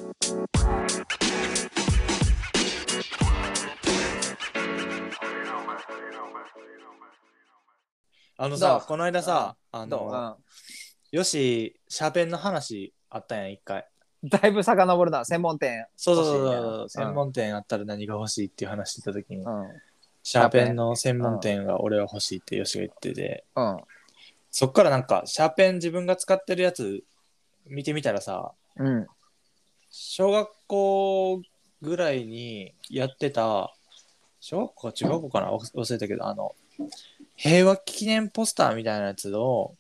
さ、この間さ、よし、シャーペンの話あったやん、一回。 だいぶ遡るな、専門店。 そう、専門店あったら何が欲しいっていう話してた時に、シャーペンの専門店が俺は欲しいってよしが言ってて、そっからなんか、シャーペン自分が使ってるやつ見てみたらさ、小学校ぐらいにやってた、小学校か中学校かな忘れたけど、平和記念ポスターみたいなやつを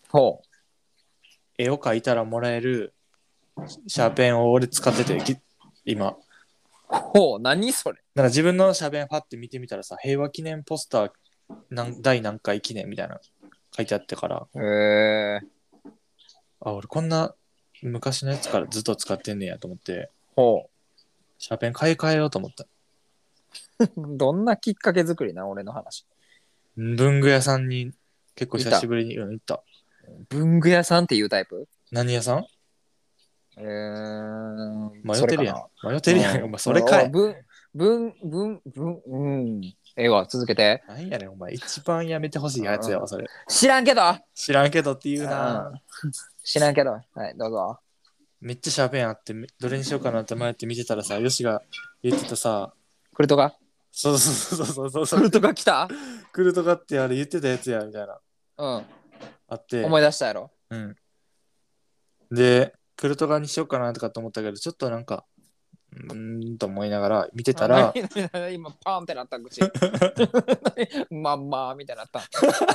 絵を描いたらもらえるシャーペンを俺使ってて今。 何それ。 なんか自分のシャーペンパッて見てみたらさ、平和記念ポスター第何回記念みたいな書いてあってから、俺こんな昔のやつからずっと使ってんねやと思って、シャーペン買い替えようと思った。 どんなきっかけ作りな、俺の話。 文具屋さんに結構久しぶりに行った。 文具屋さんっていうタイプ？ 何屋さん？迷ってるやん。お前それかい。 続けて。 何やねんお前、一番やめてほしいやつやわそれ。 知らんけどって言うな。 知らんけど。はい、どうぞ。 めっちゃシャーペンあって、どれにしようかなって迷って見てたらさ、よしが言ってたさ、 クルトガ？ そう。 クルトガ来た？ クルトガってあれ言ってたやつやみたいな。あって。 思い出したやろ。 で、クルトガにしようかなとかと思ったけど、ちょっとなんか、と思いながら見てたら、 今パーンってなった口。まんまみたいになった。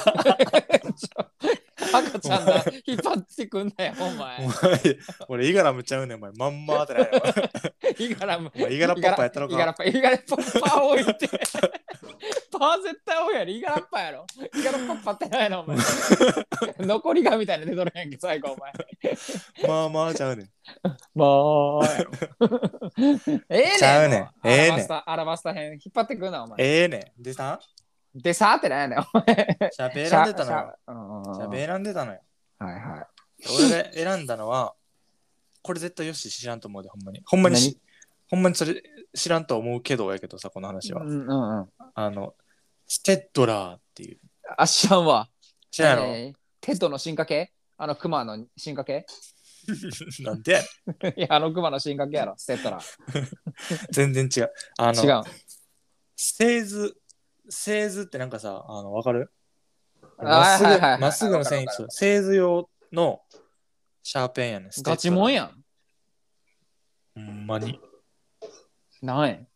赤ちゃんが引っ張ってくんなよ、お前。 俺、イガラムちゃうねん、お前。まんまってないよ。 イガラム。 イガラパッパやったのか。 イガラパッパ多いって。パー絶対多いやろ。イガラッパやろ。イガラパッパってないの、お前。残りがみたいな出とるやんけ、最後、お前。 まあちゃうねん。 まあやろ。 ちゃうねん。 アラバスタ編引っ張ってくんな、お前。 ねん。でさってないねん、お前。 シャーペン選んでたのよ。シャーペン選んでたのよ。 はいはい。 俺が選んだのは、これ絶対よし知らんと思うで、ほんまに。ほんまにそれ知らんと思うけどやけどさ、この話は。ステッドラーっていう。 知らんわ。 知らんやろ？ テッドの進化系？クマの進化系？ なんでやねん。いや、クマの進化系やろ、ステッドラー。 全然違う。 違う。 製図ってなんかさ、わかる？ まっすぐの線、製図用のシャーペンやねん。 ガチモンやん。 ほんまに。 何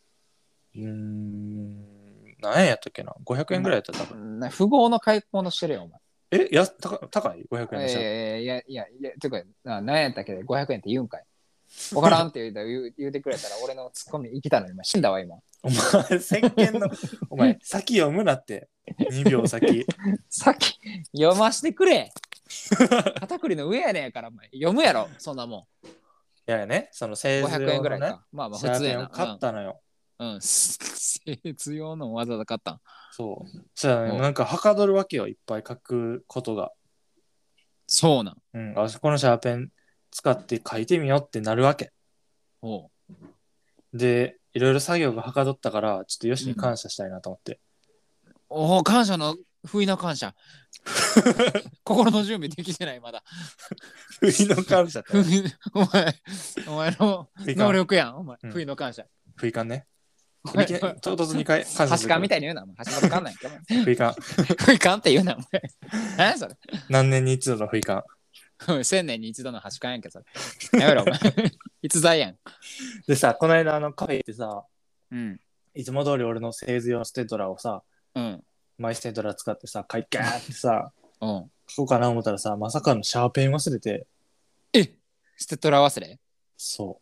円？何円やったっけな？ 500 円ぐらいやったら多分。 富豪の買い物してるよ、お前。 高い ?500 円でしょ。 いや、てか、何円やったっけ？ 500 円って言うんかい。わからんって言うてくれたら俺のツッコミ生きたのに今死んだわ今。 お前先見のお前先読むなって2秒先読ましてくれ。片栗の上やねんやからお前読むやろそんなもん。 いやね、その製図用のね、500円ぐらいか。まあ普通やな。 買ったのよ。 製図用のわざわざ買ったん。 そうじゃあ、なんかはかどるわけよ、いっぱい書くことが。 そうなん。 あそこのシャーペン使って書いてみようってなるわけ。で、いろいろ作業がはかどったから、ちょっとよしに感謝したいなと思って。 感謝の不意の感謝。心の準備できてないまだ。 不意の感謝って。 お前の能力やん。お前不意の感謝。 不意感ね。唐突に感謝する。 はしかみたいに言うな。橋本かんない。 不意感。 不意感って言うな。何それ。 何年に一度の不意感。 1000年に一度の橋かんやんけそれ。やめろお前。逸材やん。 でさ、この間カフェ行ってさ、いつも通り俺の製図用のステッドラーをさ、マイステッドラー使ってさ、ガーってさ、書こうかな思ったらさ、まさかのシャーペン忘れて。 ステッドラー忘れ？ そう。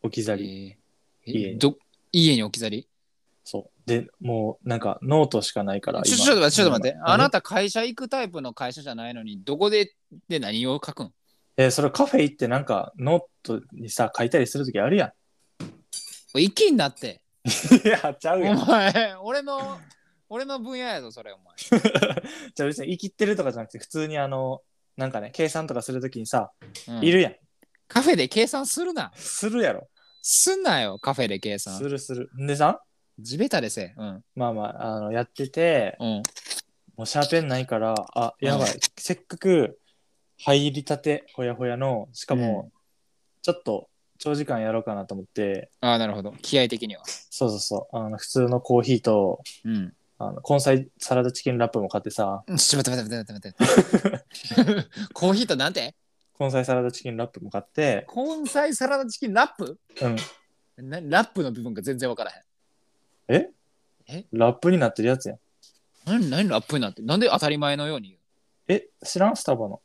置き去り。 家に置き去り？ そう。で、もうなんかノートしかないから。 ちょっと待って。あなた会社行くタイプの会社じゃないのに、どこで何を書くん？ それカフェ行ってなんかノートにさ、書いたりするときあるやん。行きんなって。 いや、ちゃうやん。 お前、俺の分野やぞ、それ、お前。 じゃあ別に生きってるとかじゃなくて、普通になんかね、計算とかするときにさ、いるやん。 カフェで計算するな。 するやろ。 すんなよ、カフェで計算。 するする。でさ、 地べたでせ。うん。 まあまあ、やってて、 うん。 もうシャーペンないから、あ、やばい。せっかく入りたて、ほやほやの、しかも、ちょっと長時間やろうかなと思って、 ああ、なるほど。気合的には。 そうそうそう、普通のコーヒーと、 うん。 根菜サラダチキンラップも買ってさ、 ちょっと待って待って待って待って待って。コーヒーとなんて根菜サラダチキンラップも買って、 根菜サラダチキンラップうん。 ラップの部分が全然わからへん。 ラップになってるやつやん。 何ラップになってなんで当たり前のように言う。 知らんスタバの。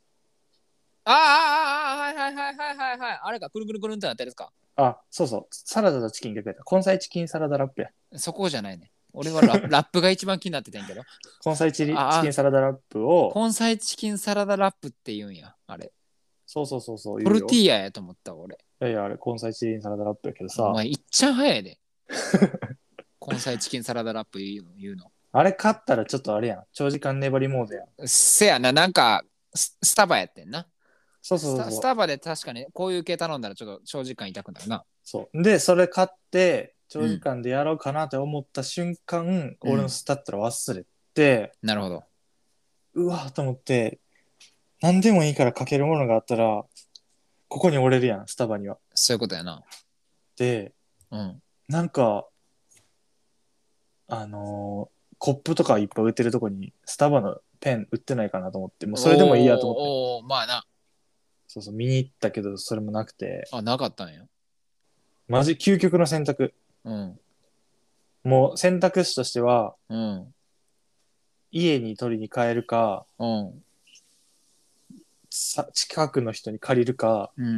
はいはいはいはいはいはい。あれか、くるくるくるんってなってるやつか。 あ、そうそう。サラダとチキン逆やった。根菜チキンサラダラップや。 そこじゃないね。俺はラップが一番気になってたんやけど。 根菜チキンサラダラップを、 根菜チキンサラダラップって言うんや。あれ。 そうそうそうそう、 トルティーーヤやと思った俺。 いやいや、あれ、根菜チキンサラダラップやけどさお、前いっちゃん早いで。根菜チキンサラダラップ言うの。 あれ買ったらちょっとあれやん。長時間粘りモードやん。 せやな、なんかスタバやってんな。 そうそうそうそう。 スタバで確かにこういう系頼んだらちょっと長時間痛くなるな。 そう。で、それ買って、長時間でやろうかなって思った瞬間、俺のスタッタラ忘れて、 なるほど。 うわーと思って、何でもいいからかけるものがあったら、ここに折れるやん、スタバには。 そういうことやな。 で、 うん。 なんか、コップとかいっぱい売ってるとこに、スタバのペン売ってないかなと思って、もうそれでもいいやと思って。 おーまあな。 そうそう、見に行ったけど、それもなくて、 あ、なかったんや。 マジ究極の選択。 うん。 もう選択肢としては、 うん。 家に取りに帰るか、 うん。 近くの人に借りるか、 うん。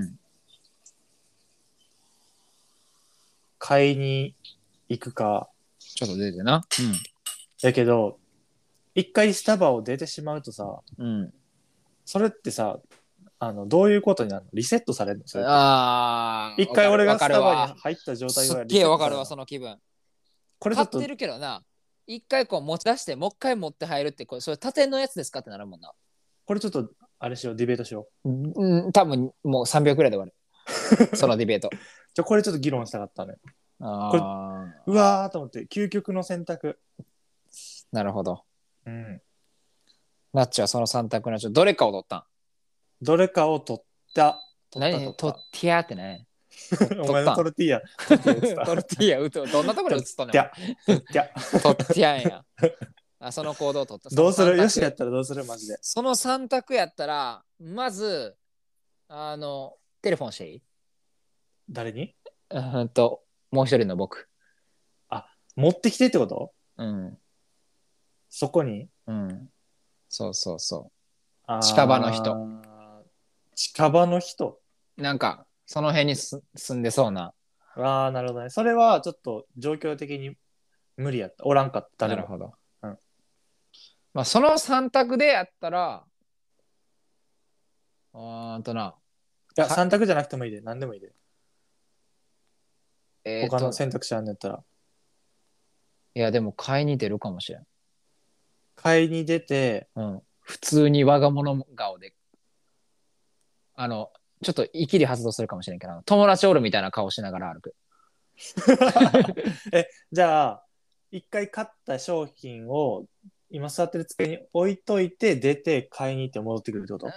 買いに行くか、 ちょっと出てな。 やけど、一回スタバを出てしまうとさ、 うん。うん。 それってさ、どういうことになるの？リセットされるの？それってあー、 一回俺がスタわかるわバに入った状態すっはげえわかるわ、その気分。 これちょっと買ってるけどな。一回こう持ち出して、もう一回持って入るって、これ、それ縦のやつですかってなるもんな。 これちょっとあれしよう、ディベートしようん、多分もう3秒くらいで終わる。そのディベート。 う。これちょっと議論したかったね。 あうわーと思って究極の選択。 なるほど。 うん。 ナッチはその3択のうちどれかを取ったん。 どれかを取った。 何トッティアってね。 お前のトルティーヤ。 トルティーヤどんなところで映っとんねん。 トッティトッティアんや。その行動を取った。 どうする？よしやったらどうする？マジで。 その3択やったら、まず、テレフォンしていい？ 誰に？ もう一人の僕。 あ、持ってきてってこと？ うん。 そこに？ うん。そうそうそう。 近場の人。 近場の人。 なんか、その辺に住んでそうな。 ああ、なるほどね。それはちょっと状況的に無理やった。おらんかった。 なるほど。まあ、その3択でやったら、いや、3択じゃなくてもいいで。何でもいいで。他の選択肢あんのやったら。 いや、でも買いに出るかもしれん。 買いに出て、 普通に我が物顔で、ちょっとイキリ発動するかもしれんけど、友達おるみたいな顔しながら歩く。 じゃあ、一回買った商品を今座ってる机に置いといて出て買いに行って戻ってくるってこと？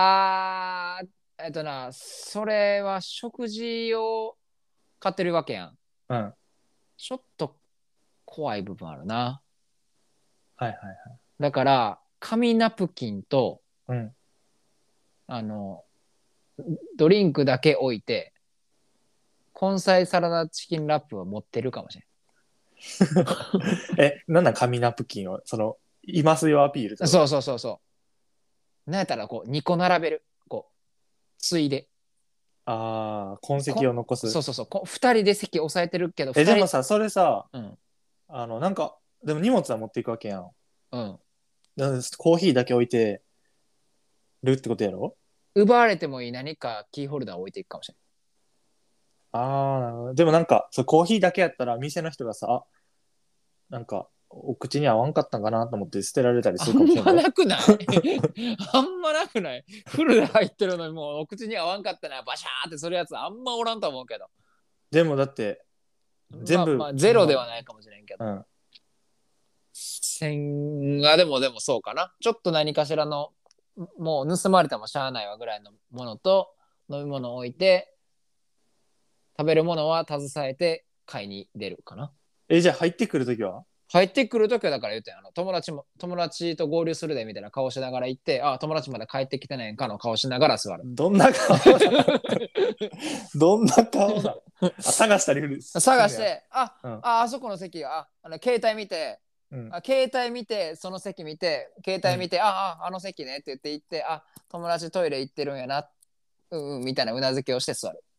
それは食事を買ってるわけやん。 うん。 ちょっと怖い部分あるな。 はいはいはい。 だから、紙ナプキンと、 うん。 ドリンクだけ置いて、根菜サラダチキンラップを持ってるかもしれん。 なんなん紙ナプキンを、いますよアピールとか。 そうそうそうそう。なんやったらこう2個並べる。こう、ついで。 ああ、痕跡を残す。 そうそうそう。2人で席押さえてるけど、 でもさ、それさ、 うん。 なんか、でも荷物は持っていくわけやん。 うん。 コーヒーだけ置いてるってことやろ？ 奪われてもいい何かキーホルダー置いていくかもしれああ、なるほど。でもなんか、コーヒーだけやったら店の人がさ、なんか、 お口に合わんかったんかなと思って捨てられたりするかもしれあんまない。 なくないあんまなくないフルで入ってるのにもうお口に合わんかったなバシャーってするやつあんまおらんと思うけど。 でもだって全部、 まあゼロではないかもしれんけど。 うん、 千がでもそうかな。ちょっと何かしらのもう盗まれてもしゃあないわぐらいのものと飲み物を置いて食べるものは携えて買いに出るかな。 じゃあ入ってくるときは入ってくるときはだから言ってん友達と合流するでみたいな顔しながら行って友達まだ帰ってきてないんかの顔しながら座る。 どんな顔だどんな顔だ探したり探してうん、 あそこの席携帯見て、 うん、 携帯見てその席見て携帯見て、あの席ねって言って行って友達トイレ行ってるんやなみたいなうなずきをして座る。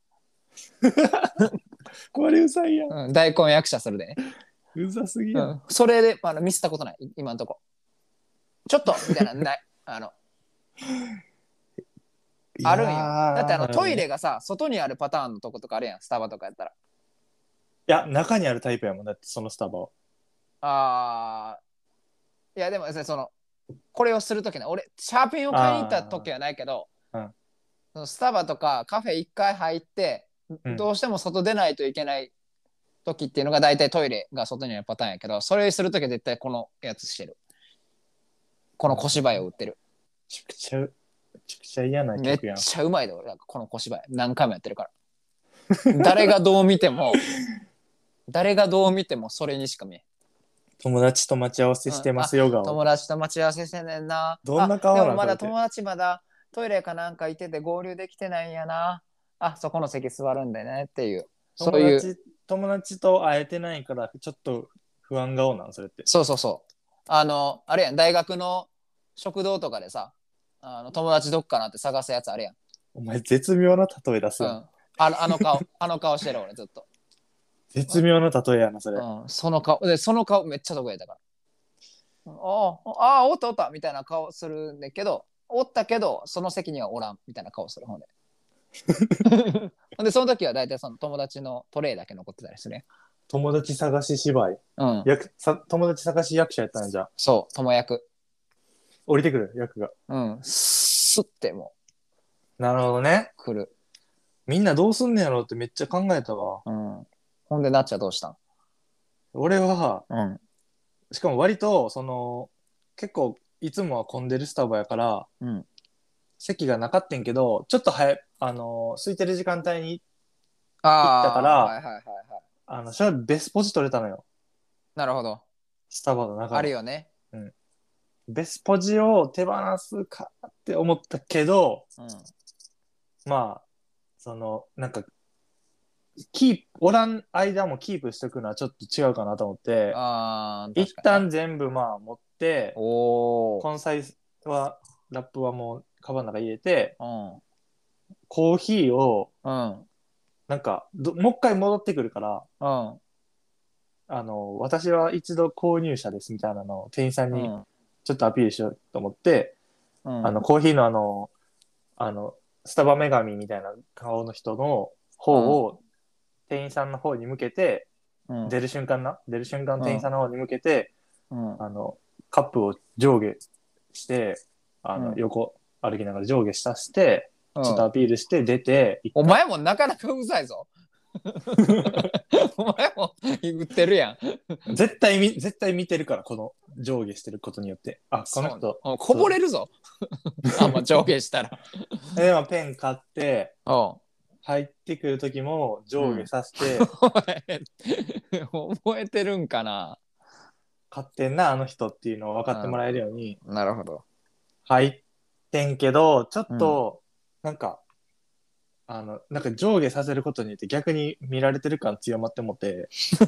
これうざいやん、 大根役者するでね。 うざすぎやん、 それでミスったことない今んとこ。ちょっとみたいなないあるんよ。だってトイレがさ外にあるパターンのとことかあるやんスタバとかやったら。いや中にあるタイプやもんだってそのスタバは。 いやでもこれをするときね俺シャーペンを買いに行った時はないけど、スタバとかカフェ1回入って、どうしても外出ないといけない時っていうのが大体トイレが外にあるパターンやけど、それする時は絶対このやつしてる。この小芝居を売ってる。 めちゃくちゃ嫌な曲やん。 めっちゃうまいで俺なんかこの小芝居何回もやってるから誰がどう見てもそれにしか見えん。 友達と待ち合わせしてますよ、 友達と待ち合わせしてんねんな。 どんな顔なの？ でもまだ友達まだトイレかなんか行ってて合流できてないんやな。そこの席座るんでねっていう。そういう友達と会えてないからちょっと不安顔なんそれって。 そうあれやん大学の食堂とかでさ友達どっかなって探すやつあるやん。 お前絶妙な例え出すやん、 あの顔してる俺ずっと。 絶妙な例えやなそれ、 その顔めっちゃ得意だからおったみたいな顔するんだけどおったけどその席にはおらんみたいな顔するほんででその時は大体その友達のトレイだけ残ってたりするやん。 友達探し芝居、友達探し役者やったんじゃ。 そう友役降りてくる役がスッてもう。なるほどね。 来る。 みんなどうすんねやろってめっちゃ考えたわ。 ほんでなっちゃどうしたん？ 俺は、しかも割と結構いつもは混んでるスタバやから、席がなかったんけどちょっと空いてる時間帯に行ったからそれはベスポジ取れたのよ。なるほど。 スタバの中であるよね。 ベスポジを手放すかって思ったけど、まあなんかおらん間もキープしとくのはちょっと違うかなと思って一旦全部持って根菜はラップはもうカバンの中入れて、コーヒーを、なんかもう一回戻ってくるから、私は一度購入者ですみたいなのを店員さんにちょっとアピールしようと思って、コーヒーのスタバ女神みたいな顔の人の方を店員さんの方に向けて、出る瞬間店員さんの方に向けて、カップを上下して横歩きながら上下させて、ちょっとアピールして出て、 お前もなかなかうざいぞお前も言ってるやん絶対見てるからこの上下してることによってこの人こぼれるぞ上下したらでもペン買って入ってくる時も上下させて、 覚えてるんかな。 買ってんなあの人っていうのを分かってもらえるように、 なるほど。 入ってんけどちょっと、なんか上下させることによって逆に見られてる感強まってもって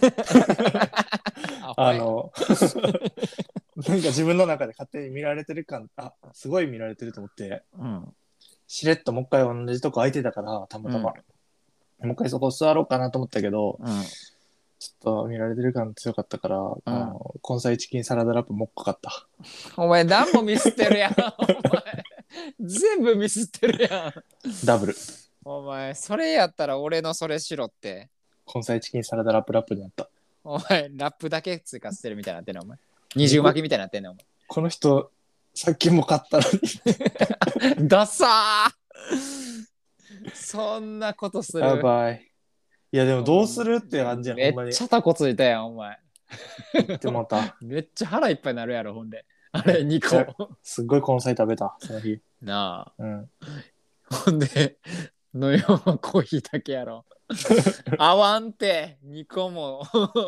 なんか自分の中で勝手に見られてる感すごい見られてると思って、しれっともう一回同じとこ空いてたからたまたま、もう一回そこ座ろうかなと思ったけど、ちょっと見られてる感強かったから、根菜チキンサラダラップもっかかった。 お前何もミスってるやんお前全部ミスってるやん。 ダブル。 お前それやったら俺のそれしろって。 根菜チキンサラダラップになった。 お前ラップだけ追加してるみたいになってんのお前。二重巻きみたいになってんのお前。 この人さっきも買ったのに。ダサー。そんなことする。 やばい。いやでもどうするって感じやん。 めっちゃタコついたやんお前。 言ってもうた。 めっちゃ腹いっぱいになるやろほんで。あれ2個。 すっごい根菜食べたその日。 なあ。うん。 ほんで飲み物はコーヒーだけやろ。合わんて2個も。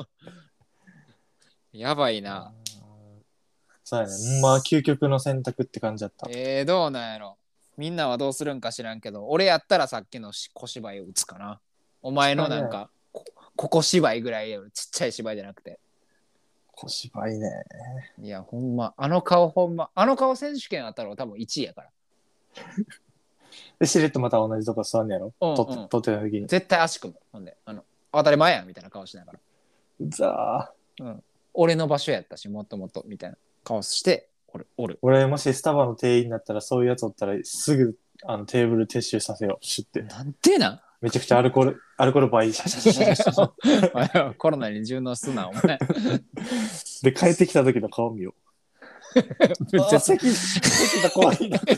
やばいな。 そうやね。まあ究極の選択って感じだった。 どうなんやろ。みんなはどうするんか知らんけど、俺やったらさっきの小芝居を打つかな。お前のなんか、ここ芝居ぐらいちっちゃい芝居じゃなくて。 小芝居ね。 いや、ほんま、あの顔選手権あったら多分1位やから。 で、しれっとまた同じとこ座んねやろ。撮ってた時に。 絶対足組む。ほんで、当たり前やんみたいな顔しながら。 ざー。うん。俺の場所やったし、もっともっとみたいな顔して、 俺もしスタバの店員になったらそういうやつおったらすぐテーブル撤収させよう。シュッて。 なんでなんめちゃくちゃアルコール倍シャシャシャシャシャコロナに順応すなお前。 で帰ってきた時の顔見よう。めっちゃ席が怖いな。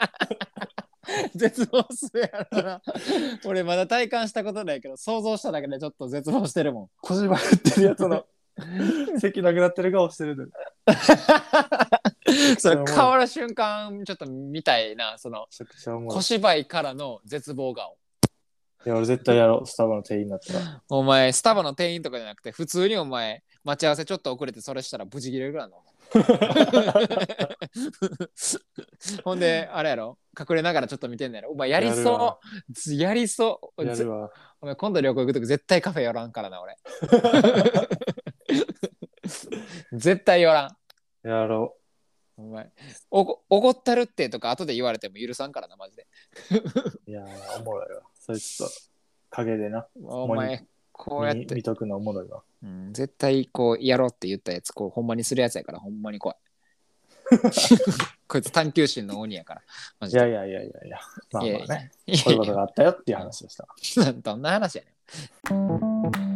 絶望するやろな。俺まだ体感したことないけど想像しただけでちょっと絶望してるもん。 小芝居ってるやつの席なくなってる顔してるの。 それ変わる瞬間ちょっと見たいな。その小芝居からの絶望顔。 いや俺絶対やろう。スタバの店員になったら。 お前スタバの店員とかじゃなくて普通にお前待ち合わせちょっと遅れてそれしたらブチギレるぐらいの。ほんであれやろ隠れながらちょっと見てんのやろ。お前やりそうやりそうやるわ。お前今度旅行行くとき絶対カフェ寄らんからな俺。絶対寄らん。 やろう。お前おごったるってとか後で言われても許さんからなマジで。 いやおもろいわ。それちょっと陰でな。 お前こうやって見とくのおもろいわ。 うん、絶対こうやろうって言ったやつこうほんまにするやつやからほんまに怖い。こいつ探求心の鬼やから。マジでいやまあまあね。こういうことがあったよっていう話でした。 どんな話やねん。